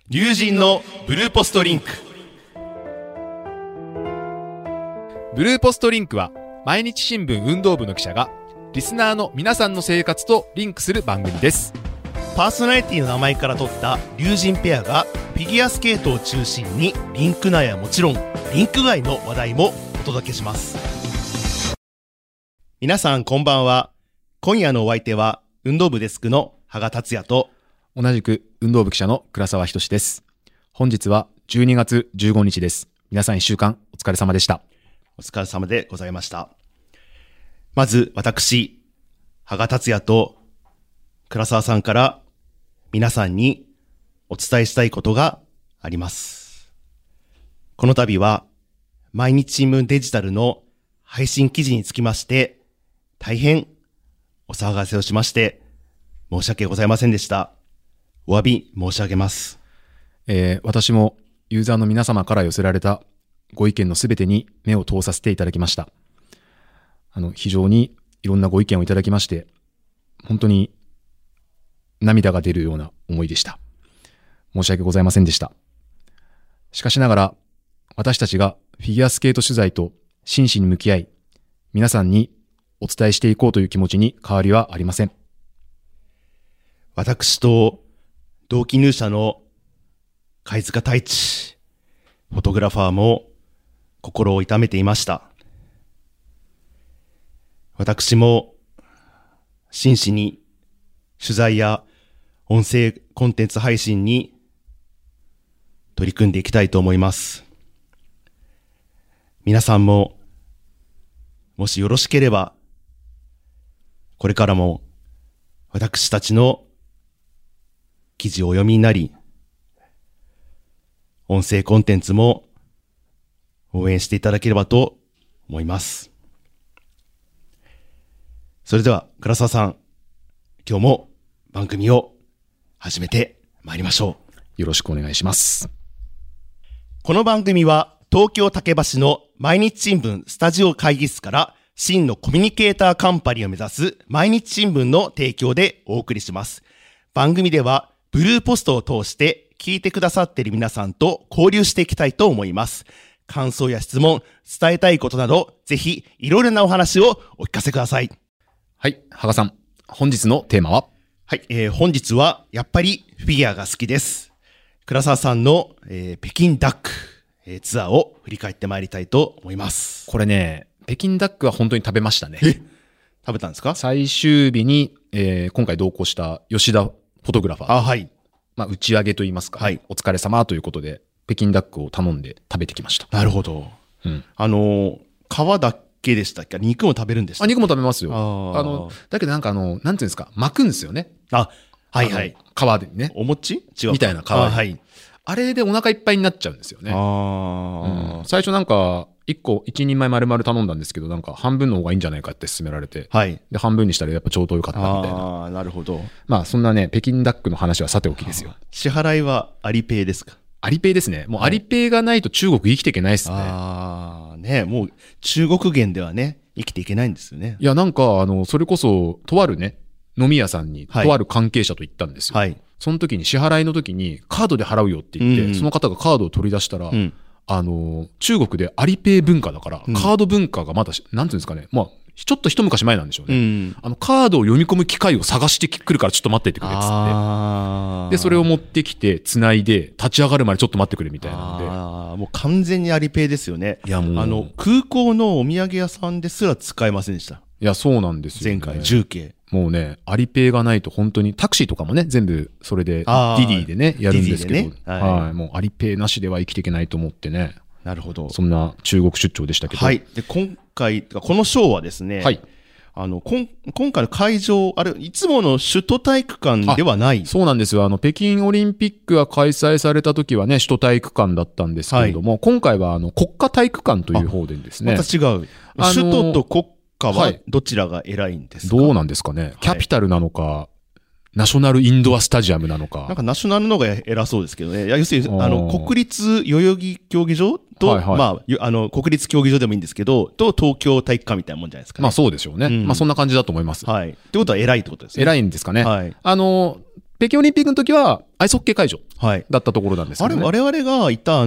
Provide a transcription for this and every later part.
龍神のブルーポストリンク。 ブルーポストリンクは毎日新聞運動部の記者がリスナーの皆さんの生活とリンクする番組です。 パーソナリティの名前から取った龍神ペアがフィギュアスケートを中心にリンク内はもちろんリンク外の話題もお届けします。皆さんこんばんは。今夜のお相手は運動部デスクの羽賀達也と同じく運動部記者の倉沢仁です。本日は12月15日です。皆さん1週間お疲れ様でした。 お疲れ様でございました。まず私羽賀達也と倉沢さんから皆さんにお伝えしたいことがあります。この度は毎日新聞デジタルの配信記事につきまして大変お騒がせをしまして申し訳ございませんでした。お詫び申し上げます。 私もユーザーの皆様から寄せられたご意見のすべてに目を通させていただきました。非常にいろんなご意見をいただきまして本当に涙が出るような思いでした。申し訳ございませんでした。しかしながら私たちがフィギュアスケート取材と真摯に向き合い皆さんにお伝えしていこうという気持ちに変わりはありません。 私と同期入社の貝塚太一フォトグラファーも心を痛めていました。私も真摯に取材や音声コンテンツ配信に取り組んでいきたいと思います。皆さんももしよろしければこれからも私たちの記事をお読みになり音声コンテンツも応援していただければと思います。それでは倉沢さん、今日も番組を始めてまいりましょう。よろしくお願いします。 この番組は東京竹橋の毎日新聞スタジオ会議室から真のコミュニケーターカンパニーを目指す毎日新聞の提供でお送りします。番組ではブルーポストを通して聞いてくださっている皆さんと交流していきたいと思います。感想や質問、伝えたいことなど、ぜひいろいろなお話をお聞かせください。 はい、羽賀さん、本日のテーマは？ はい、本日はやっぱりフィギュアが好きです。倉沢さんの、北京ダック、ツアーを振り返ってまいりたいと思います。 これね、北京ダックは本当に食べましたね。 食べたんですか？ 最終日に、今回同行した吉田フォトグラファー。 はい。 打ち上げといいますか、はい、お疲れ様ということで北京ダックを頼んで食べてきました。 なるほど。うん、皮だけでしたっけ？肉も食べるんでしたっけ？ 肉も食べますよ。だけどなんていうんですか、巻くんですよね。 はいはい。 皮でね。 お餅？違う。 みたいな皮。 はい。 あれでお腹いっぱいになっちゃうんですよね。最初なんか一人前丸々頼んだんですけど、なんか半分の方がいいんじゃないかって勧められて、 はい。 で半分にしたらやっぱちょうどよかったみたいな。 なるほど。 そんなね、北京ダックの話はさておきですよ。 支払いはアリペイですか？ アリペイですね。もうアリペイがないと中国生きていけないですね。 ね、もう中国元ではね、生きていけないんですよね。 いや、なんかそれこそとあるね、飲み屋さんにとある関係者と行ったんですよ。はい。その時に支払いの時にカードで払うよって言って、その方がカードを取り出したら、中国でアリペイ文化だから、カード文化がまだ、なんていうんですかね、ちょっと一昔前なんでしょうね。カードを読み込む機械を探してくるからちょっと待っていてくれっつって。で、それを持ってきて、繋いで、立ち上がるまでちょっと待ってくれみたいなんで。 もう完全にアリペイですよね。いやもう。空港のお土産屋さんですら使えませんでした。 いや、そうなんですよ、ね。 前回、重慶。 もうね、アリペイがないと本当に、タクシーとかもね、全部それで、ディディでね、やるんですけど、ね、はい。もうアリペイなしでは生きていけないと思ってね。 なるほど。 そんな中国出張でしたけど。 はい。で、今回、このショーはですね、はい。今回の会場、いつもの首都体育館ではない。 そうなんですよ。北京オリンピックが開催された時はね、首都体育館だったんですけれども、はい、今回は国家体育館という方でですね。 また違う。首都と国家はどちらが偉いんですか？ どうなんですかね。キャピタルなのか、ナショナルインドアスタジアムなのか。 なんかナショナルの方が偉そうですけどね。要するに、国立代々木競技場と、はいはい、国立競技場でもいいんですけど、と東京体育館みたいなもんじゃないですかね。 そうでしょうね。そんな感じだと思います。 はい。ってことは偉いってことですね。 偉いんですかね。 はい。 北京オリンピックの時は、 アイスホッケー会場はい。 だったところなんですけあれ、 どね。 我々がいた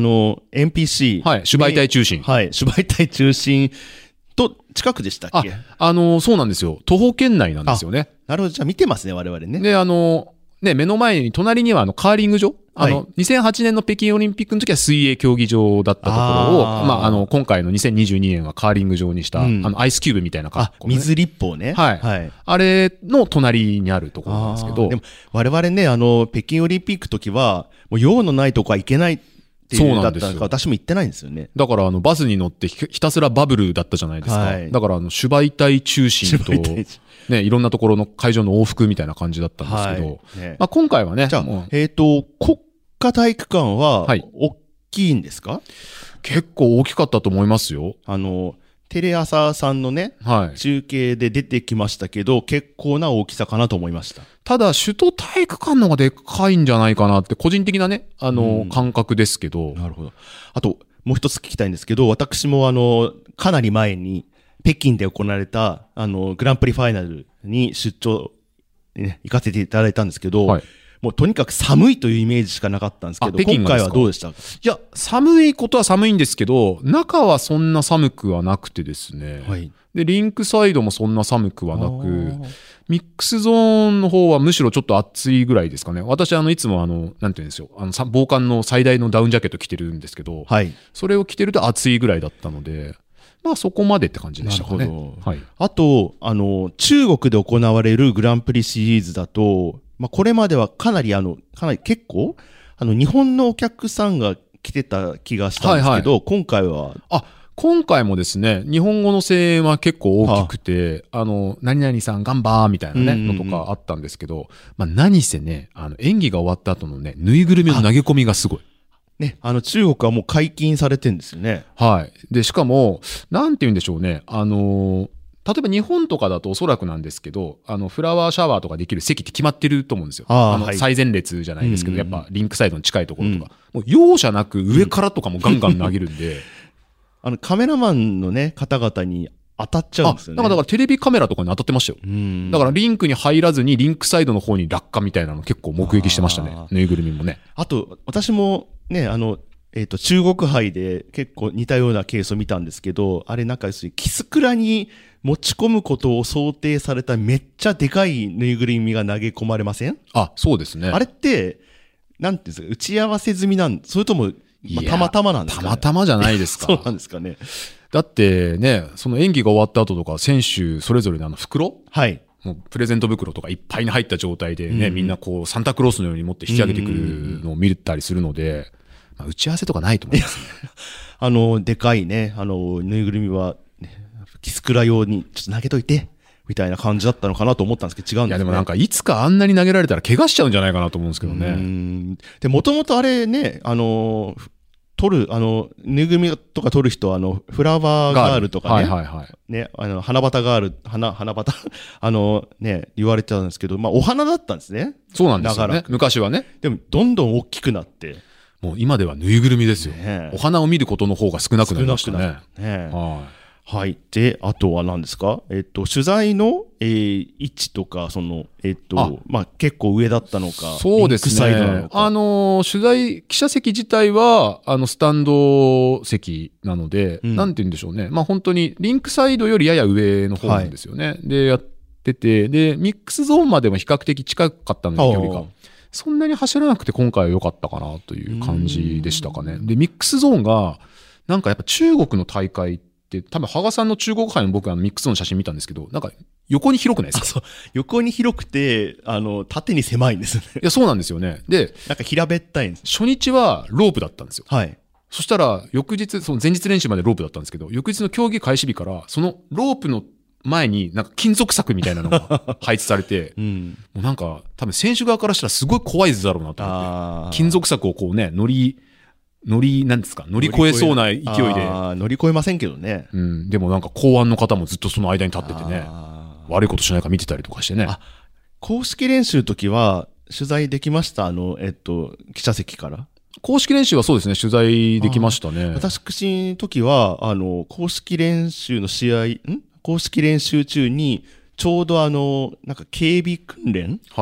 NPC。 はい。主媒体中心。 はい。主媒体中心と近くでしたっけ？ そうなんですよ。徒歩圏内なんですよね。 なるほど。じゃあ見てますね、我々ね。 で、目の前に、隣にはカーリング場、 はい 2008年の北京オリンピックの時は水泳競技場だったところを、今回の2022年はカーリング場にした、アイスキューブみたいな格好、ね。 水立方ね。 はい。 はい。 あれの隣にあるところなんですけど。 でも、我々ね、北京オリンピック時は、もう用のないとこは行けないっていうだったから、私も行ってないんですよね。 だからバスに乗ってひたすらバブルだったじゃないですか。はい、だから主媒体中心と、ね、いろんなところの会場の往復みたいな感じだったんですけど、はいね、まあ、今回はね。 じゃあ、国家体育館は、大きいんですか？はい、 結構大きかったと思いますよ。 テレ朝さんのね、はい、中継で出てきましたけど、結構な大きさかなと思いました。 ただ、首都体育館の方がでかいんじゃないかなって、個人的なね、感覚ですけど。 なるほど。あと、もう一つ聞きたいんですけど、私もかなり前に、北京で行われた、グランプリファイナルに出張、ね、行かせていただいたんですけど、はい、もうとにかく寒いというイメージしかなかったんですけど、今回はどうでした？いや、寒いことは寒いんですけど、中はそんな寒くはなくてですね。はい、で、リンクサイドもそんな寒くはなく、ミックスゾーンの方はむしろちょっと暑いぐらいですかね。私いつもなんて言うんですよ。防寒の最大のダウンジャケット着てるんですけど、はい、それを着てると暑いぐらいだったので、まあそこまでって感じでしたかね。なるほど。はい、 あと、中国で行われるグランプリシリーズだと、まあこれまではかなり結構、日本のお客さんが来てた気がしたんですけど、はいはい、今回は。 今回もですね、日本語の声援は結構大きくて、何々さんガンバーみたいなね、のとかあったんですけど、まあ何せね、演技が終わった後のね、ぬいぐるみの投げ込みがすごい。 ね、中国はもう解禁されてるんですよね。 はい。で、しかも、なんて言うんでしょうね、例えば日本とかだとおそらくなんですけど、フラワーシャワーとかできる席って決まってると思うんですよ。はい、最前列じゃないですけど、やっぱリンクサイドに近いところとか。もう容赦なく上からとかもガンガン投げるんで。 カメラマンのね、方々に当たっちゃうんですよね。 だからテレビカメラとかに当たってましたよ。だからリンクに入らずにリンクサイドの方に落下みたいなの結構目撃してましたね。ぬいぐるみもね。 あと、私もね、中国杯で結構似たようなケースを見たんですけど、あれなんかキスクラに持ち込むことを想定されためっちゃでかいぬいぐるみが投げ込まれません？ そうですね。 あれって、なんていうんですか、打ち合わせ済みそれとも、たまたまなんですかね？ たまたまじゃないですか。 そうなんですかね。 だってね、その演技が終わった後とか、選手それぞれの袋？はい。もうプレゼント袋とかいっぱいに入った状態でね、みんなこうサンタクロースのように持って引き上げてくるのを見たりするので、まあ、打ち合わせとかないと思いますね。でかいね、ぬいぐるみは、ね、キスクラ用にちょっと投げといて、みたいな感じだったのかなと思ったんですけど、違うんですね。 いやでもなんかいつかあんなに投げられたら怪我しちゃうんじゃないかなと思うんですけどね。 で、もともとあれね、取る、ぬいぐるみとか取る人は、フラワーガールとかね、はいはいはい、ね、花畑ガール、花畑ね、言われてたんですけど、まあ、お花だったんですね。 そうなんですよね。昔はね。 でも、どんどん大きくなって。 もう今ではぬいぐるみですよ。ね、お花を見ることの方が少なくなりましたね。 はい。で、あとは何ですか？取材の、位置とか、まあ、結構上だったのか。 そうですね。取材、記者席自体は、スタンド席なので、なんて言うんでしょうね。まあ、本当に、リンクサイドよりやや上の方なんですよね。はい、で、やってて、で、ミックスゾーンまでも比較的近かったので、距離が。そんなに走らなくて今回は良かったかなという感じでしたかね。で、ミックスゾーンが、なんかやっぱ中国の大会って、多分、羽賀さんの中国杯の僕ミックスゾーンの写真見たんですけど、なんか横に広くないですか？ そう。横に広くて、縦に狭いんですね。 いや、そうなんですよね。で、 なんか平べったいんです。 初日はロープだったんですよ。はい。そしたら、翌日、その前日練習までロープだったんですけど、翌日の競技開始日から、そのロープの前になんか金属柵みたいなのが配置されて、もうなんか多分選手側からしたらすごい怖い図だろうなと思って、金属柵をこうね、なんですか、乗り越えそうな勢いで。 乗り越えませんけどね。 でもなんか公安の方もずっとその間に立っててね、悪いことしないか見てたりとかしてね。 公式練習の時は取材できました？記者席から。 公式練習はそうですね、取材できましたね。 私の時は、公式練習の公式練習中に、ちょうどなんか警備訓練、はい、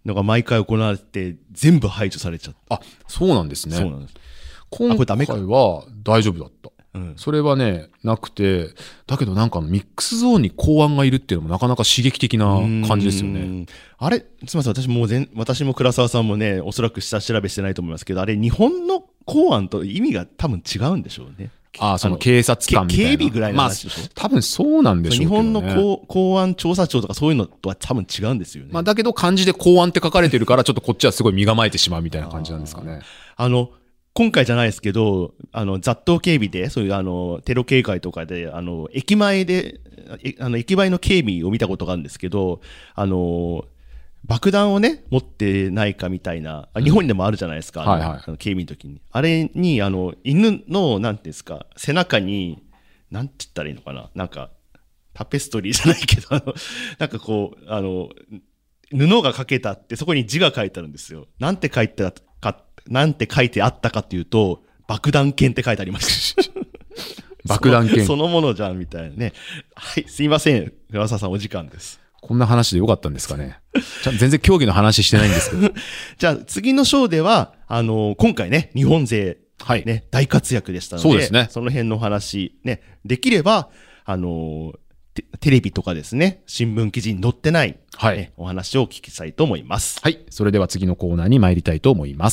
のが毎回行われて、全部排除されちゃった。 あ、そうなんですね。 そうなんです。 今回は大丈夫だった。 うん、 それはね、なくて、だけどなんかミックスゾーンに公安がいるっていうのもなかなか刺激的な感じですよね。 あれ、すみません、私も倉沢さんもね、おそらく下調べしてないと思いますけど、あれ、日本の公安と意味が多分違うんでしょうね。 その警察官みたいな。 警備ぐらいの話でしょ。 多分そうなんでしょうけどね。 日本の公安調査庁とかそういうのとは多分違うんですよね。 だけど漢字で公安って書かれてるから、ちょっとこっちはすごい身構えてしまうみたいな感じなんですかね。 今回じゃないですけど、雑踏警備で、そういうテロ警戒とかで、駅前の警備を見たことがあるんですけど、爆弾をね、持ってないかみたいな、日本でもあるじゃないですか、警備の時に。あれに、犬の、なんていうんですか、背中に、なんて言ったらいいのかな、なんか、タペストリーじゃないけど、なんかこう、布がかけたって、そこに字が書いてあるんですよ。なんて書いてあったかっていうと、爆弾犬って書いてありました。 爆弾犬そのものじゃんみたいなね。はい、すいません。倉沢さんお時間です。 こんな話でよかったんですかね。全然競技の話してないんですけど。 じゃあ次の章では、今回ね、日本勢、ね、大活躍でしたので、 そうですね。 その辺の話、ね、できれば、テレビとかですね、新聞記事に載ってない、お話をお聞きしたいと思います。 はい。それでは次のコーナーに参りたいと思います。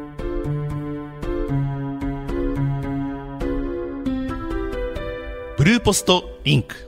ブルーポストリンク。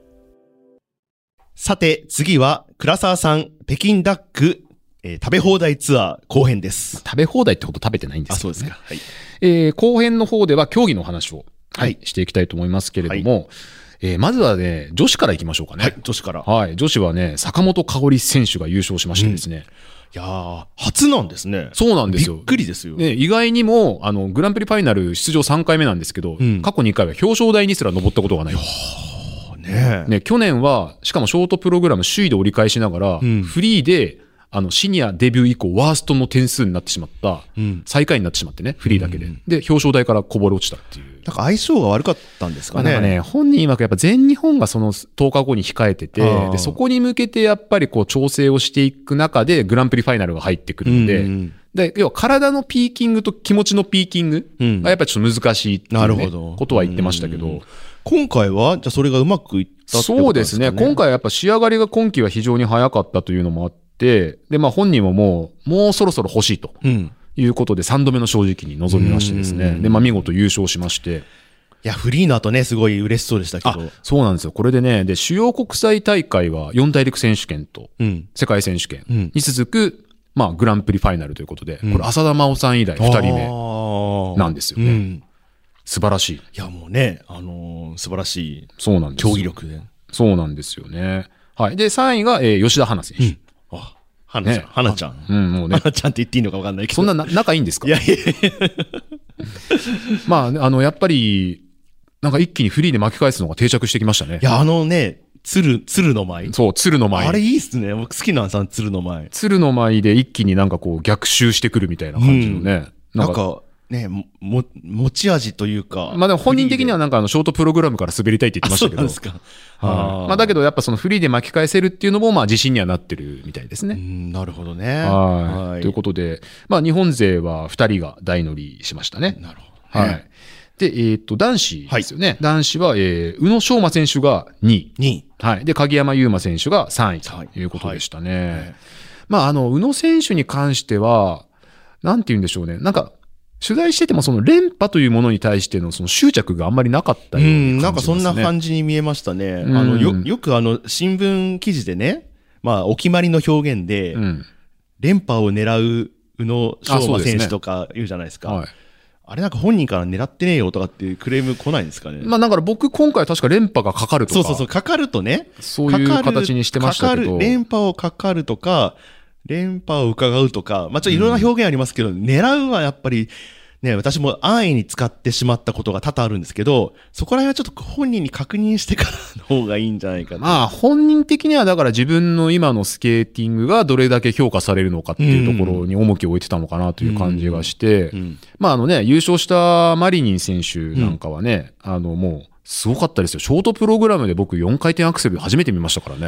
さて、次は、倉沢さん、北京ダック、食べ放題ツアー後編です。 食べ放題ってほど食べてないんですけどね。 そうですか。はい。 後編の方では競技の話を、していきたいと思いますけれども、まずはね、女子からいきましょうかね。 はい、女子から。 はい。女子はね、坂本花織選手が優勝しましてですね。 いやー、初なんですね。 そうなんですよ。 びっくりですよ。 ね、意外にも、グランプリファイナル出場3回目なんですけど、過去2回は表彰台にすら登ったことがない。ね、去年は、しかもショートプログラム首位で折り返しながら、フリーで、シニアデビュー以降ワーストの点数になってしまった、最下位になってしまってね、フリーだけで。で、表彰台からこぼれ落ちたっていう。 なんか相性が悪かったんですかね。 なんかね、本人曰くやっぱ全日本がその10日後に控えてて、で、そこに向けてやっぱりこう調整をしていく中でグランプリファイナルが入ってくるので、で、要は体のピーキングと気持ちのピーキングがやっぱりちょっと難しいっていう、ね、ことは言ってましたけど、 今回はじゃあそれがうまくいったってことですかね。 そうですね。今回はやっぱ仕上がりが今季は非常に早かったというのもあって、で、まあ本人ももうそろそろ欲しいということで3度目の正直に臨みましてですね。で、まあ見事優勝しまして。 いや、フリーの後ね、すごい嬉しそうでしたけど。 そうなんですよ。これでね、で、主要国際大会は4大陸選手権と世界選手権に続く、まあグランプリファイナルということで、これ浅田真央さん以来2人目なんですよね。素晴らしい。 いや、もうね、素晴らしい。 そうなんですよ。 競技力で。 そうなんですよね。はい。で、3位が、吉田花選手。 花ちゃん。花ちゃん。 もうね。 花ちゃんって言っていいのか分かんないけど。 そんな仲いいんですか？ いやいやまあ、やっぱり、なんか一気にフリーで巻き返すのが定着してきましたね。 いや、鶴の舞。 そう、鶴の舞。 あれいいっすね。僕好きなんです、鶴の舞。 鶴の舞で一気になんかこう逆襲してくるみたいな感じのね。 なんか、ね、持ち味というか。 まあでも本人的にはなんかショートプログラムから滑りたいって言ってましたけど。 そうですか。 まあだけどやっぱそのフリーで巻き返せるっていうのもまあ自信にはなってるみたいですね。 なるほどね。 はい。ということで、まあ日本勢は2人が大乗りしましたね。 なるほど。 はい。で、男子ですよね。男子は、宇野昌磨選手が2位。 2位。 はい。で、鍵山優真選手が3位ということでしたね。まあ宇野選手に関しては、なんて言うんでしょうね。なんか、取材しててもその連覇というものに対してのその執着があんまりなかったように感じますね。 なんかそんな感じに見えましたね。よく新聞記事でね、まあお決まりの表現で、連覇を狙う宇野昌磨選手とか言うじゃないですか。あれなんか本人から狙ってねえよとかっていうクレーム来ないんですかね。 まあだから僕今回確か連覇がかかるとか。 そう、かかるとね。 そういう形にしてましたけど。 連覇をかかるとか、連覇を伺うとか、まあちょっといろんな表現ありますけど、狙うはやっぱり、ね、私も安易に使ってしまったことが多々あるんですけど、そこら辺はちょっと本人に確認してからの方がいいんじゃないかな。 まあ本人的にはだから自分の今のスケーティングがどれだけ評価されるのかっていうところに重きを置いてたのかなという感じがして、まあ優勝したマリニン選手なんかはね、もうすごかったですよ。ショートプログラムで僕4回転アクセル初めて見ましたからね。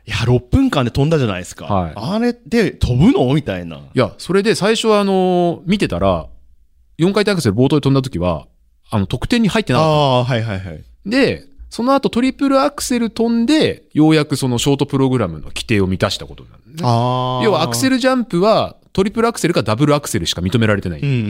いや、6分間で飛んだじゃないですか。 はい。 あれで飛ぶのみたいな。 いや、それで最初は見てたら、4回転アクセル冒頭で飛んだ時は、得点に入ってなかった。 ああ、はいはいはい。 で、その後トリプルアクセル飛んで、ようやくそのショートプログラムの規定を満たしたことなんですね。 ああ。 要はアクセルジャンプはトリプルアクセルかダブルアクセルしか認められてない。 うんうんうん。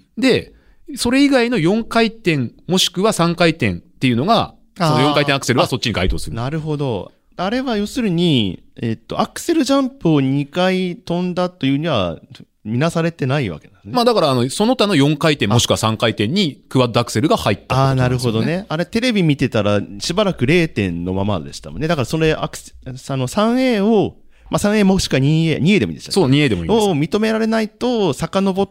で、それ以外の4回転もしくは3回転っていうのが、その4回転アクセルはそっちに該当する。 なるほど。あれは要するに、アクセルジャンプを2回飛んだというには、見なされてないわけですね。 まあだからその他の4回転もしくは3回転にクワッドアクセルが入ったってことなんですよね。 ああ、なるほどね。あれテレビ見てたらしばらく0点のままでしたもんね。だからそれ3A を、まあ 3A もしくは 2A でもいいでしたっけ。 そう、2A でもいいです。 を認められないと、遡って、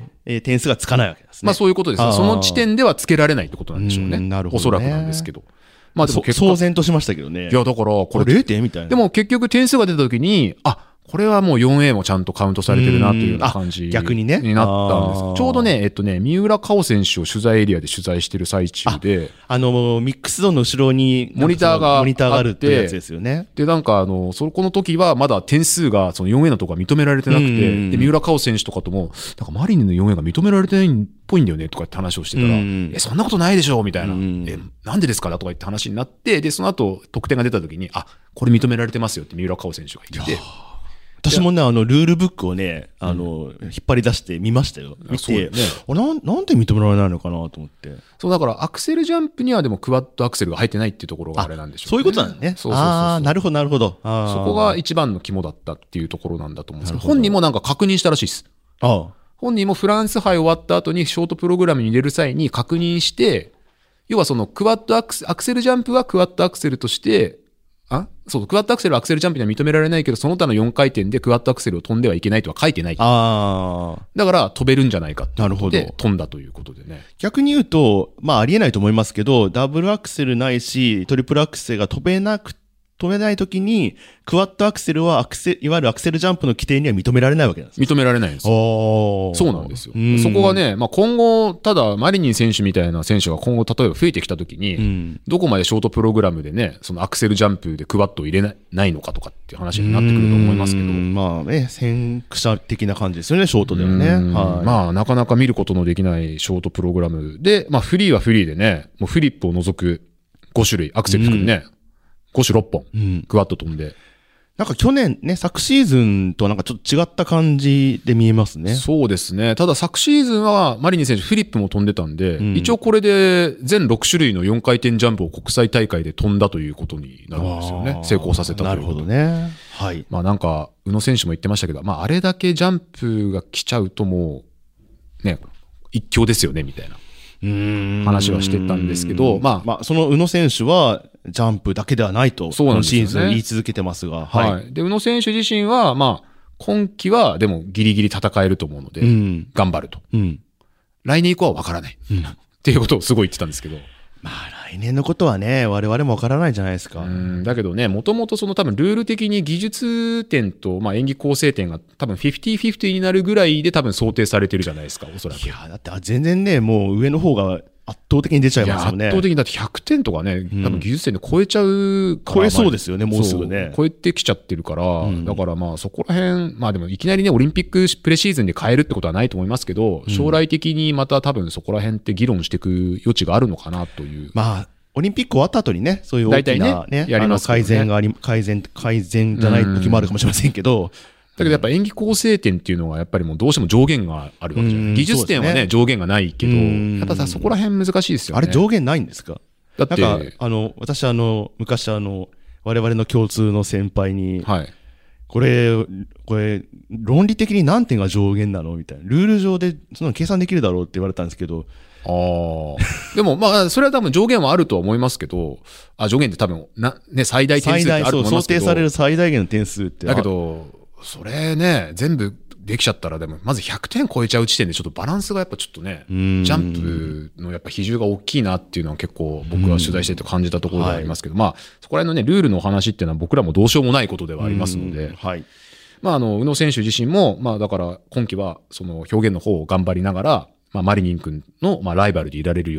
点数がつかないわけですね。 まあそういうことです。その時点ではつけられないってことなんでしょうね。 なるほどね。 おそらくなんですけど。まあでも騒然としましたけどね。 いやだからこれ 0点みたいな。 でも結局点数が出た時に、これはもう 4A もちゃんとカウントされてるなというような感じ逆にねになったんです。ちょうどね、三浦佳生選手を取材エリアで取材してる最中で、 ミックスゾーンの後ろにモニターがあるってやつですよね。 で、なんかそこの時はまだ点数がその 4A のとこが認められてなくて、で、三浦佳生選手とかとも、なんかマリニンの 4A が認められてないっぽいんだよねとかって話をしてたら、そんなことないでしょみたいな。なんでですかとか言って話になって、で、その後得点が出た時に、これ認められてますよって三浦佳生選手が言って、 私もね、ルールブックをね、引っ張り出して見ましたよ。見て、なんで認められないのかなと思って。 そう、だからアクセルジャンプにはでもクワッドアクセルが入ってないっていうところがあれなんでしょうね。 そういうことなんね。ああ、なるほど、なるほど。 そこが一番の肝だったっていうところなんだと思うんですけど、本人もなんか確認したらしいです。本人もフランス杯終わった後にショートプログラムに入れる際に確認して、要はそのクワッドアクセルジャンプはクワッドアクセルとして、クワッドアクセルはアクセルジャンプには認められないけど、その他の4回転でクワッドアクセルを飛んではいけないとは書いてない。だから飛べるんじゃないかってことで飛んだということでね。 逆に言うと、まあありえないと思いますけど、ダブルアクセルないし、トリプルアクセルが飛べないときに、クワッドアクセルはいわゆるアクセルジャンプの規定には認められないわけなんです。 認められないんですよ。そうなんですよ。そこがね、まあ、今後、ただ、マリニン選手みたいな選手が今後、例えば増えてきたときに、どこまでショートプログラムでね、そのアクセルジャンプでクワッドを入れないのかとかっていう話になってくると思いますけど。 まあね、先駆者的な感じですよね、ショートではね。 まあ、なかなか見ることのできないショートプログラムで、まあ、フリーはフリーでね、もうフリップを除く5種類、アクセル含むね、5種6本、クワッド飛んで。 なんか去年ね、昨シーズンとなんかちょっと違った感じで見えますね。 そうですね。ただ昨シーズンはマリニン選手フリップも飛んでたんで、一応これで全6種類の4回転ジャンプを国際大会で飛んだということになるんですよね。成功させたということ。 なるほどね。はい。 まあなんか、宇野選手も言ってましたけど、まああれだけジャンプが来ちゃうともう、ね、一強ですよね、みたいな。話はしてたんですけど、まあ、その宇野選手は、ジャンプだけではないと、 そうなんですよね、 シーズン言い続けてますが、 はい。で、宇野選手自身は、まあ、今季はでもギリギリ戦えると思うので、頑張ると。来年以降は分からない。っていうことをすごい言ってたんですけど。 まあ、来年のことはね、我々も分からないじゃないですか。 だけどね、もともとその多分ルール的に技術点と、まあ、演技構成点が多分 50-50 になるぐらいで多分想定されてるじゃないですか、おそらく。 いや、だって全然ね、もう上の方が圧倒的に出ちゃいますよね。 圧倒的にだって100点とかね、多分技術点で超えちゃうから。 超えそうですよね、もうすぐね。 超えてきちゃってるから、だからまあそこら辺、まあでもいきなりね、オリンピックプレシーズンで変えるってことはないと思いますけど、将来的にまた多分そこら辺って議論していく余地があるのかなという。 まあ、オリンピック終わった後にね、そういう大きなね、改善じゃない時もあるかもしれませんけど、 だけどやっぱ演技構成点っていうのはやっぱりもうどうしても上限があるわけじゃない。技術点はね、上限がないけど、やっぱそこら辺難しいですよね。 あれ上限ないんですか？ だって、 私昔我々の共通の先輩に、これ、論理的に何点が上限なのみたいな。ルール上でその計算できるだろうって言われたんですけど、 でもまあそれは多分上限はあるとは思いますけど、上限って多分ね、最大点数ってあると思いますけど、 想定される最大限の点数ってだけどそれね全部できちゃったらでもまず100点超えちゃう時点でちょっとバランスがやっぱちょっとね、ジャンプのやっぱ比重が大きいなっていうのは結構僕は取材してて感じたところではありますけど、まあそこら辺のねルールのお話っていうのは僕らもどうしようもないことではありますので、まあ宇野選手自身もまあだから今季はその表現の方を頑張りながら、まあ、マリニン君のまあライバルでいられるように、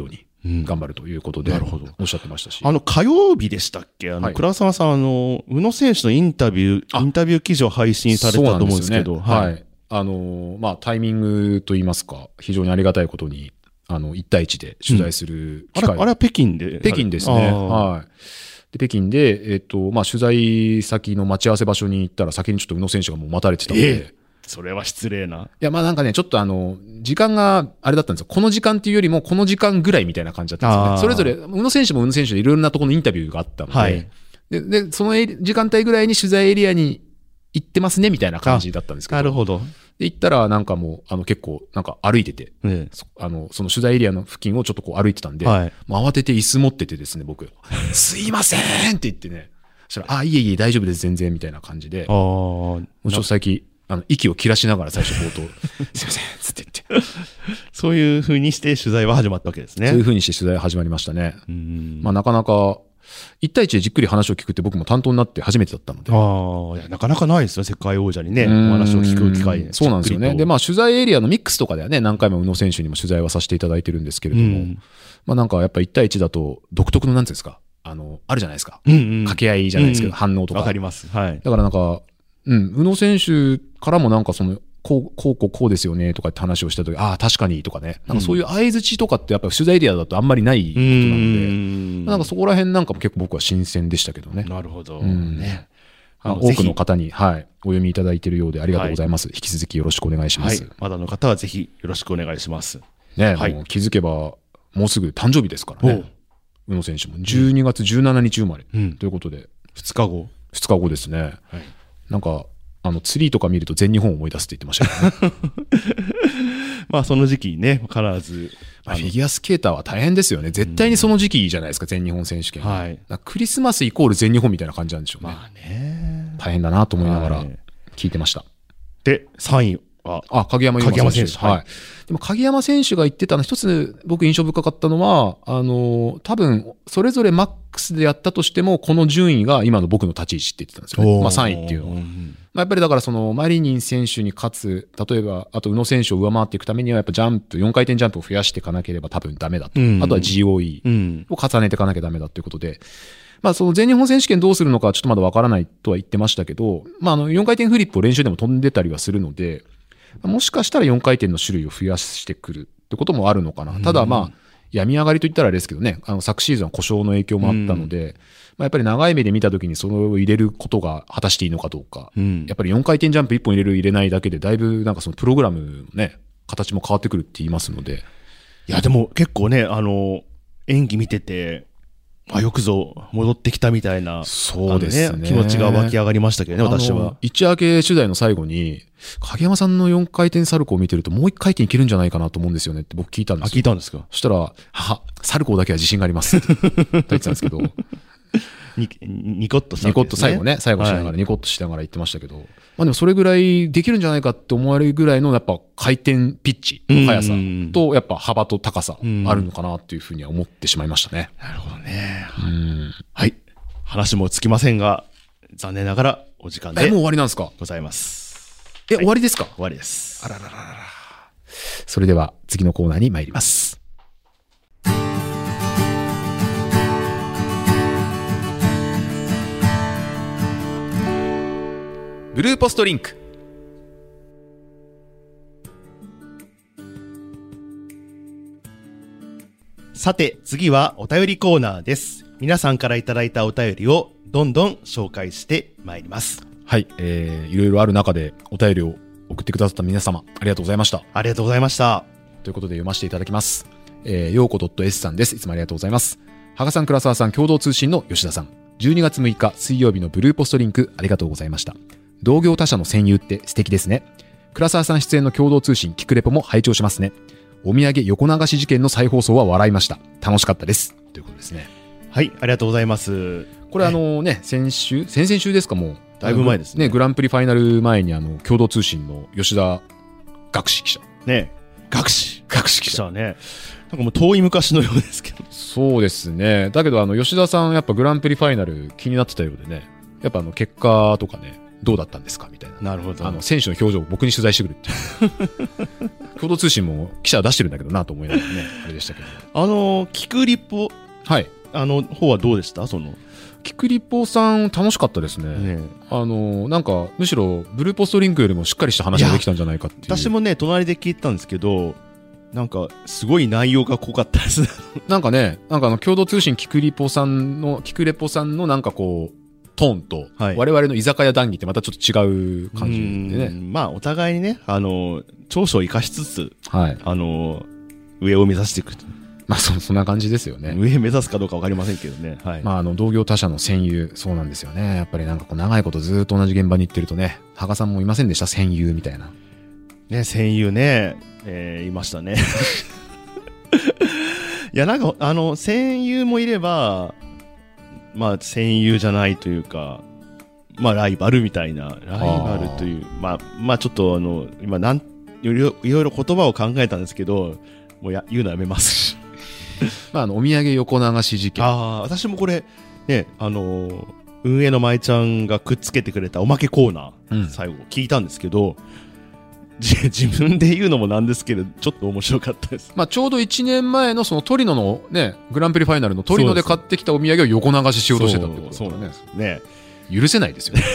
頑張るということで、 なるほど。 おっしゃってましたし。 火曜日でしたっけはい倉沢さん、宇野選手のインタビュー記事を配信されてたと思うんですけど。 そうなんですよね。はい。タイミングといいますか、非常にありがたいことに、1対1で取材する機会、 あれは北京で北京ですね。はい。で、北京で、取材先の待ち合わせ場所に行ったら、先にちょっと宇野選手がもう待たれてたので、 それは失礼な。 いや、なんかね、ちょっと時間があれだったんですよ。この時間っていうよりも、この時間ぐらいみたいな感じだったんですよね。それぞれ、宇野選手も宇野選手でいろいろなところのインタビューがあったので、はい、で、その時間帯ぐらいに取材エリアに行ってますね、みたいな感じだったんですけど。 なるほど。 で、行ったら、なんかもう、結構、なんか歩いてて、その取材エリアの付近をちょっとこう歩いてたんで、はい、慌てて椅子持っててですね、僕、すいませんって言ってね、そしたら、いえ、大丈夫です、全然、みたいな感じで、もうちょっと最近、息を切らしながら最初冒頭、すいません、つって言って。 そういう風にして取材は始まったわけですね。 そういう風にして取材始まりましたね。なかなか、1対1でじっくり話を聞くって僕も担当になって初めてだったので。 いやなかなかないですよ、世界王者にね、お話を聞く機会。 そうなんですよね。で、取材エリアのミックスとかではね、何回も宇野選手にも取材はさせていただいてるんですけれども、なんかやっぱ1対1だと独特のなんていうんですか、あるじゃないですか。掛け合いじゃないですけど、反応とか。 わかります。はい。 だからなんか、宇野選手からもなんかこうですよねとかって話をしたとき、確かにとかね、なんかそういう相槌とかってやっぱ取材エリアだとあんまりないことなので、なんかそこら辺なんかも結構僕は新鮮でしたけどね。 なるほど。 多くの方に、お読みいただいているようでありがとうございます。引き続きよろしくお願いします。 まだの方はぜひよろしくお願いします。 ね、もう気づけばもうすぐ誕生日ですからね。宇野選手も12月17日生まれということで。 2日後。 2日後ですね。なんか、ツリーとか見ると全日本を思い出すって言ってましたけどね。 その時期にね、必ず。 フィギュアスケーターは大変ですよね。絶対にその時期じゃないですか、全日本選手権。クリスマスイコール全日本みたいな感じなんでしょうね。大変だなと思いながら聞いてました。 で、3位は鍵山選手。でも鍵山選手が言ってたの、一つ僕印象深かったのは、多分、それぞれマックスでやったとしても、この順位が今の僕の立ち位置って言ってたんですよね。3位っていうのは。やっぱりだからマリニン選手に勝つ、例えば、あと宇野選手を上回っていくためには、やっぱ4回転ジャンプを増やしていかなければ多分ダメだと。あとは GOE を重ねていかなきゃダメだということで、その全日本選手権どうするのかちょっとまだわからないとは言ってましたけど、4回転フリップを練習でも飛んでたりはするので、もしかしたら4回転の種類を増やしてくるってこともあるのかな。ただ病み上がりと言ったらあれですけどね、昨シーズンは故障の影響もあったので、やっぱり長い目で見たときにそれを入れることが果たしていいのかどうか、やっぱり4回転ジャンプ1本入れる入れないだけでだいぶなんかそのプログラムのね、形も変わってくるって言いますので。 いやでも結構ね、演技見てて、よくぞ戻ってきたみたいな、 そうですね、 気持ちが湧き上がりましたけどね、私は。 一夜明け取材の最後に、影山さんの4回転サルコーを見てると、もう1回転いけるんじゃないかなと思うんですよねって僕聞いたんですよ。 聞いたんですか。 そしたら、サルコーだけは自信があります。と言ってたんですけど。 ニコッとした、 ニコッと最後しながら、ニコッとしながら言ってましたけど、でもそれぐらいできるんじゃないかって思われるぐらいのやっぱ回転ピッチの速さとやっぱ幅と高さあるのかなっていうふうには思ってしまいましたね。 なるほどね。はい。話もつきませんが、残念ながらお時間で。 もう終わりなんですか？ ございます。 終わりですか？ 終わりです。 あららららら。それでは次のコーナーに参ります。ブルーポストリンク。 さて次はお便りコーナーです。皆さんからいただいたお便りをどんどん紹介してまいります。 はい、いろいろある中でお便りを送ってくださった皆様ありがとうございました。 ありがとうございました。 ということで読ませていただきます。ようこ .s さんです。いつもありがとうございます。羽賀さん、倉沢さん、共同通信の吉田さん、12月6日水曜日のブルーポストリンクありがとうございました。同業他社の戦友って素敵ですね。倉沢さん出演の共同通信キクレポも拝聴しますね。お土産横流し事件の再放送は笑いました。楽しかったです。ということですね。 はい、ありがとうございます。 これ先々週ですか、もうだいぶ前ですね。 グランプリファイナル前に共同通信の吉田学士記者ね、学士記者ね、なんかもう遠い昔のようですけど。 そうですね。だけど吉田さんやっぱグランプリファイナル気になってたようでね、やっぱ結果とかね、 どうだったんですかみたいな。 なるほど。 選手の表情を僕に取材してくるっていう。共同通信も記者は出してるんだけどなと思いながらね、あれでしたけど。 キクリポ、 はい。 方はどうでした？ キクリポさん楽しかったですね。なんかむしろブルーポストリンクよりもしっかりした話ができたんじゃないかっていう。 私もね、隣で聞いたんですけど、なんかすごい内容が濃かったですね。 なんかね、共同通信キクレポさんのなんかこうトーンと、我々の居酒屋談義ってまたちょっと違う感じでね。 まあお互いにね、長所を生かしつつ、 はい、 上を目指していく。 まあそんな感じですよね。 上目指すかどうかわかりませんけどね。はい。 まあ同業他社の戦友、そうなんですよね。やっぱりなんかこう長いことずっと同じ現場に行ってるとね、羽賀さんもいませんでした？戦友みたいな。 ね、戦友ね、いましたね。いや、なんか戦友もいれば、まあ戦友じゃないというか、まあライバルみたいな、ライバルという、まあちょっと今いろいろ言葉を考えたんですけど、もう言うのやめます。 まあお土産横流し事件。 私もこれね、運営の舞ちゃんがくっつけてくれたおまけコーナー、最後聞いたんですけど、自分で言うのもなんですけど、ちょっと面白かったです。 まあちょうど1年前のそのトリノのね、グランプリファイナルのトリノで買ってきたお土産を横流ししようとしてたってことそうなんですね。 許せないですよね。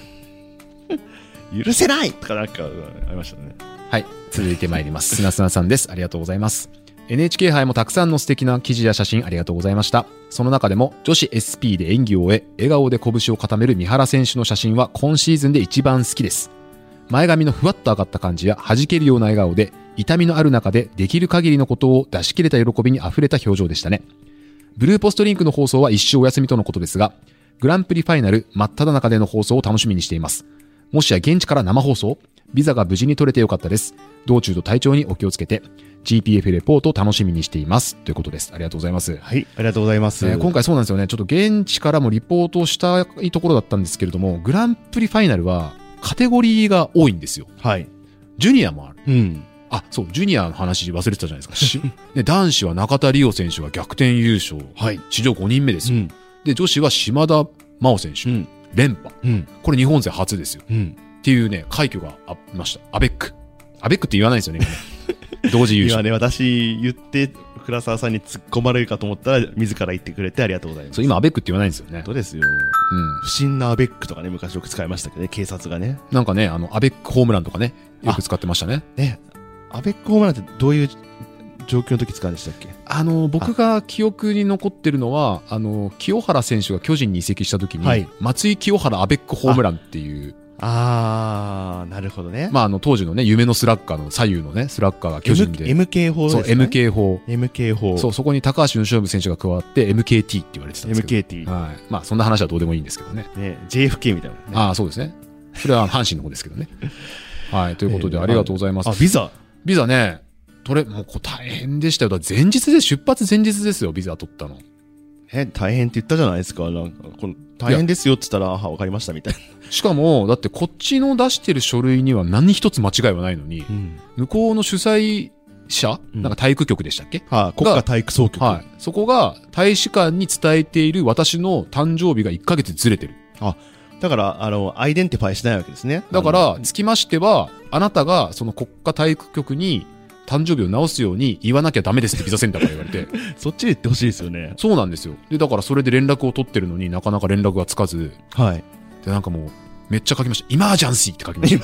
許せないとかなんかありましたね。 はい、続いてまいります。砂さんです。ありがとうございます。NHK 杯もたくさんの素敵な記事や写真ありがとうございました。その中でも女子 SP で演技を終え、笑顔で拳を固める三原選手の写真は今シーズンで一番好きです。前髪のふわっと上がった感じや弾けるような笑顔で、痛みのある中でできる限りのことを出し切れた喜びに溢れた表情でしたね。ブルーポストリンクの放送は一生お休みとのことですが、グランプリファイナル真っ只中での放送を楽しみにしています。もしや現地から生放送？ビザが無事に取れてよかったです。道中と体調にお気をつけて GPF レポートを楽しみにしていますということです。ありがとうございます。 はい、ありがとうございます。 今回そうなんですよね。ちょっと現地からもリポートをしたいところだったんですけれども、グランプリファイナルはカテゴリーが多いんですよ。 はい。 ジュニアもある。 うん。 そう、ジュニアの話忘れてたじゃないですか。で男子は中田理央選手が逆転優勝。 はい。 史上5人目ですよ。で、女子は島田真央選手。連覇。これ日本勢初ですよ。っていうね、快挙がありました。アベックって言わないですよね。同時優勝。 今ね、私言って倉沢さんに突っ込まれるかと思ったら自ら言ってくれてありがとうございます。 そう、今アベックって言わないんですよね。 そうですよ。不審なアベックとかね、昔よく使いましたけどね、警察がね。 なんかね、アベックホームランとかね、よく使ってましたね。 アベックホームランってどういう状況の時使うんでしたっけ？ 僕が記憶に残ってるのは、清原選手が巨人に移籍した時に、松井清原アベックホームランっていう。 なるほどね。 まあ、当時のね、夢のスラッガーの左右のね、スラッガーが巨人で。 MK 法ですね。 そう、MK 法。 MK 法。 そう、そこに高橋由伸選手が加わって、MKT って言われてたんですけど。 MKT。 はい。まあ、そんな話はどうでもいいんですけどね。 JFK みたいなね。 そうですね。それは阪神の方ですけどね。はい。ということで、ありがとうございます。 ビザね、もう大変でしたよ。前日で、出発前日ですよ、ビザ取ったの。 大変って言ったじゃないですか。なんか大変ですよって言ったら、わかりましたみたいな。 しかも、だってこっちの出してる書類には何一つ間違いはないのに、向こうの主催者、なんか体育局でしたっけ？ 国家体育総局。 そこが大使館に伝えている私の誕生日が1ヶ月ずれてる。 だから、アイデンティファイしないわけですね。 だから、つきましては、あなたがその国家体育局に誕生日を直すように言わなきゃダメですってビザセンターから言われて。 そっちで言ってほしいですよね。 そうなんですよ。で、だからそれで連絡を取ってるのになかなか連絡がつかず。で、なんかもう、めっちゃ書きました。イマージャンシーって書きました。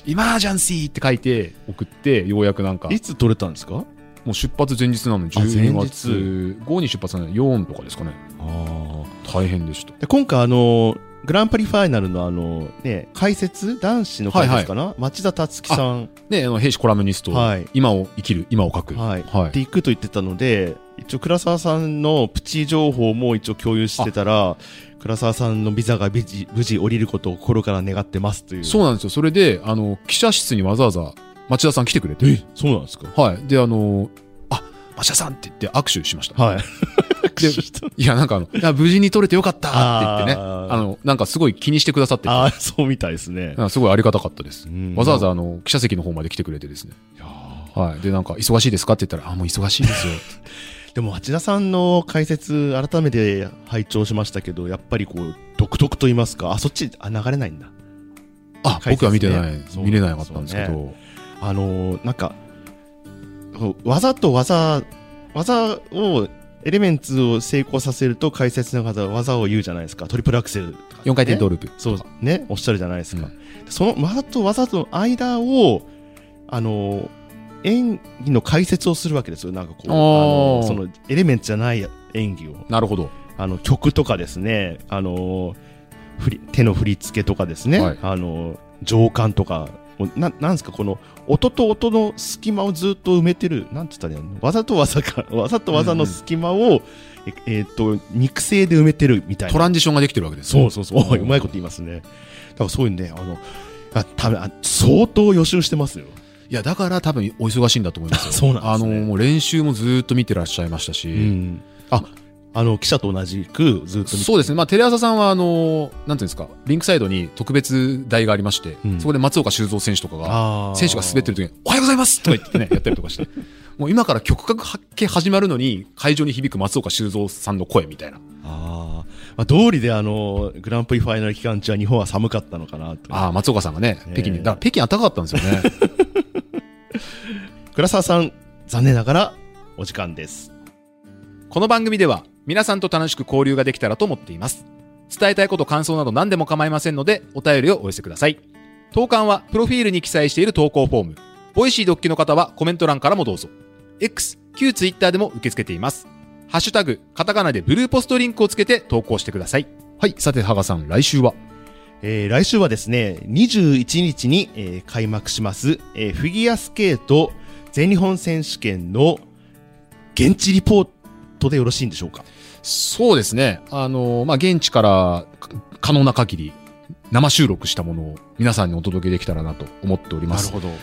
イマージャンシーって書いて送って、ようやくなんか。 いつ取れたんですか？ もう出発前日なのに12月5に出発なのに4とかですかね。大変でした。 で今回グランプリファイナルの解説、男子の解説かな、町田達樹さん。 兵士コラムニスト、今を生きる、今を書く。 っていくと言ってたので、一応倉沢さんのプチ情報も一応共有してたら、倉沢さんのビザが無事降りることを心から願ってますという。 そうなんですよ。それで、記者室にわざわざ町田さん来てくれて。 そうなんですか？ で、町田さんって言って握手しました。 で、 いや、なんか無事に取れてよかったって言ってね。なんかすごい気にしてくださってて。 そうみたいですね。 すごいありがたかったです。わざわざ記者席の方まで来てくれてですね。で、なんか忙しいですかって言ったら、もう忙しいですよ。 でも町田さんの解説改めて拝聴しましたけど、やっぱりこう独特と言いますか、そっち流れないんだ。 あ、 解説ね僕は見てない、 そう見れなかったんですけそうど。 なんか、技と技を、エレメンツを成功させると解説の方は技を言うじゃないですか。トリプルアクセルとか、ね。 4回転トーループ。 そうね、おっしゃるじゃないですか。 うん、 その技と技との間を、演技の解説をするわけですよ。なんかこう、そのエレメンツじゃない演技を。 なるほど。 曲とかですね、手の振り付けとかですね、 はい、 情感とか、なんですか、この音と音の隙間をずっと埋めてる、なんて言ったらいいの、技と技の隙間を、肉声で埋めてるみたいな。 トランジションができてるわけですね。 そううまいこと言いますね。だからそういうね、相当予習してますよ。 いや、だから多分お忙しいんだと思いますよ。 そうなんですね。 もう練習もずっと見てらっしゃいましたし、 うん、記者と同じくずっと見て。 そうですね。まあテレ朝さんはなんていうんですか、リンクサイドに特別台がありまして、そこで松岡修造選手とかが選手が滑ってる時におはようございますとか言ってねやったりとかして、もう今から曲かけ始まるのに会場に響く松岡修造さんの声みたいな。 道理でグランプリファイナル期間中は日本は寒かったのかなと。 松岡さんがね、北京に、だから北京暖かかったんですよね。 倉沢さん、残念ながらお時間です。 この番組では皆さんと楽しく交流ができたらと思っています。伝えたいこと、感想など何でも構いませんので、お便りをお寄せください。投函はプロフィールに記載している投稿フォーム、ボイシードッキの方はコメント欄からもどうぞ。X、旧 Twitter でも受け付けています。ハッシュタグ、カタカナでブルーポストリンクをつけて投稿してください。はい、さて、羽賀さん、来週は来週はですね、21日に、開幕します、フィギュアスケート全日本選手権の現地リポートでよろしいんでしょうか。 そうですね。現地から可能な限り生収録したものを皆さんにお届けできたらなと思っております。 なるほど。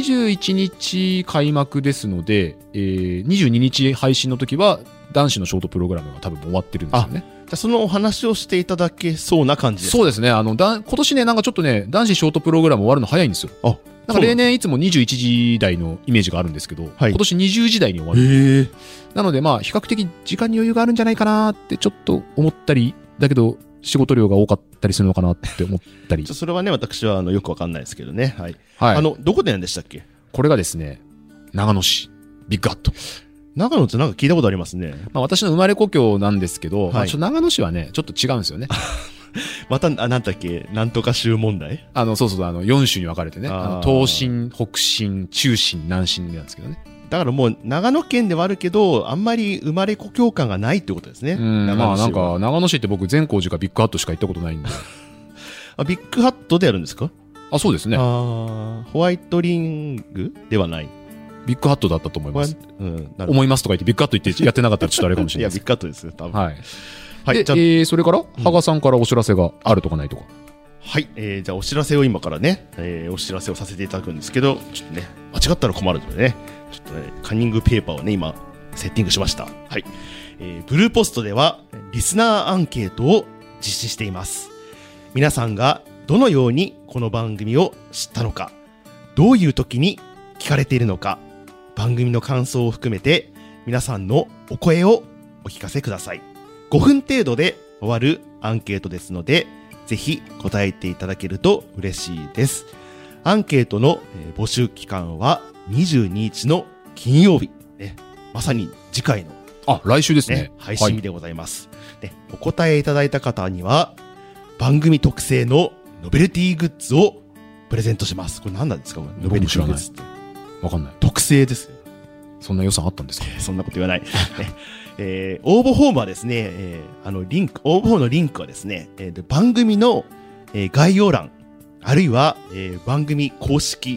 21日開幕ですので、22日配信の時は男子のショートプログラムが多分終わってるんですよね。 じゃあそのお話をしていただけそうな感じですか。 そうですね。今年ね、なんかちょっとね、男子ショートプログラム終わるの早いんですよ。なんか例年いつも21時台のイメージがあるんですけど、今年20時台に終わる。なので比較的時間に余裕があるんじゃないかなってちょっと思ったり、だけど仕事量が多かったりするのかなって思ったり。 それはね、私はよくわかんないですけどね。はい。どこでなんでしたっけ？ これがですね、長野市、ビッグハット。 長野ってなんか聞いたことありますね。 私の生まれ故郷なんですけど、長野市はね、ちょっと違うんですよね。 また、なんだっけ、なんとか州問題？ そう、4州に分かれてね。東進、北進、中進、南進なんですけどね。 だからもう、長野県ではあるけど、あんまり生まれ故郷感がないってことですね。 なんか、長野市って僕、善光寺かビッグハットしか行ったことないんで。 ビッグハットでやるんですか？ そうですね。 ホワイトリングではない。 ビッグハットだったと思います。思いますとか言って、ビッグハット言ってやってなかったらちょっとあれかもしれないです。 いや、ビッグハットですよ、多分。 はい。はい。で、それから、羽賀さんからお知らせがあるとかないとか。 はい。じゃあ、お知らせを今からね、お知らせをさせていただくんですけど、ちょっとね、間違ったら困るのでね、ちょっとね、カンニングペーパーをね、今、セッティングしました。はい。ブルーポストでは、リスナーアンケートを実施しています。皆さんがどのようにこの番組を知ったのか、どういう時に聞かれているのか、番組の感想を含めて、皆さんのお声をお聞かせください。5分程度で終わるアンケートですので、ぜひ答えていただけると嬉しいです。アンケートの募集期間は22日の金曜日、ね、まさに次回の、 来週ですね。 配信日でございます。お答えいただいた方には番組特製のノベルティグッズをプレゼントします。これ何なんですか？ノベルティグッズって。 わかんない。 特製ですよ。 そんな予算あったんですか？ そんなこと言わない。応募フォームはですね、応募フォームのリンクはですね、番組の、概要欄、あるいは、番組公式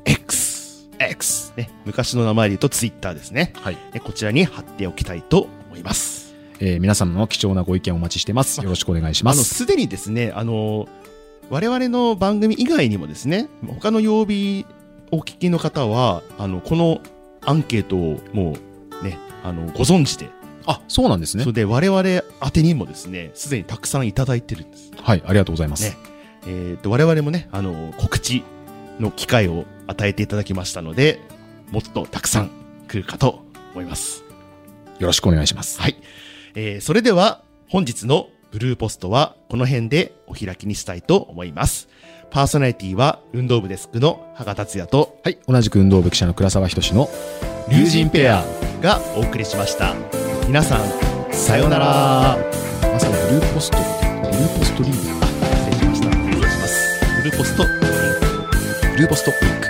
X、ね、昔の名前で言うと Twitter ですね。はい。こちらに貼っておきたいと思います。 皆様の貴重なご意見をお待ちしてます。よろしくお願いします。 すでにですね、我々の番組以外にもですね、他の曜日お聞きの方は、このアンケートをもうね、ご存知で。 そうなんですね。 それで我々宛てにもですね、すでにたくさんいただいてるんです。 はい、ありがとうございます。 我々もね、告知の機会を与えていただきましたので、もっとたくさん来るかと思います。 よろしくお願いします。 はい。それでは、本日のブルーポストはこの辺でお開きにしたいと思います。 パーソナリティは運動部デスクの羽賀達也と、 はい、同じく運動部記者の倉沢仁の龍神ペアがお送りしました。皆さん、さようなら。 まさにブルーポストリーグ。 失礼しました。失礼します。ブルーポストリーグ。 ブルーポストリーグ。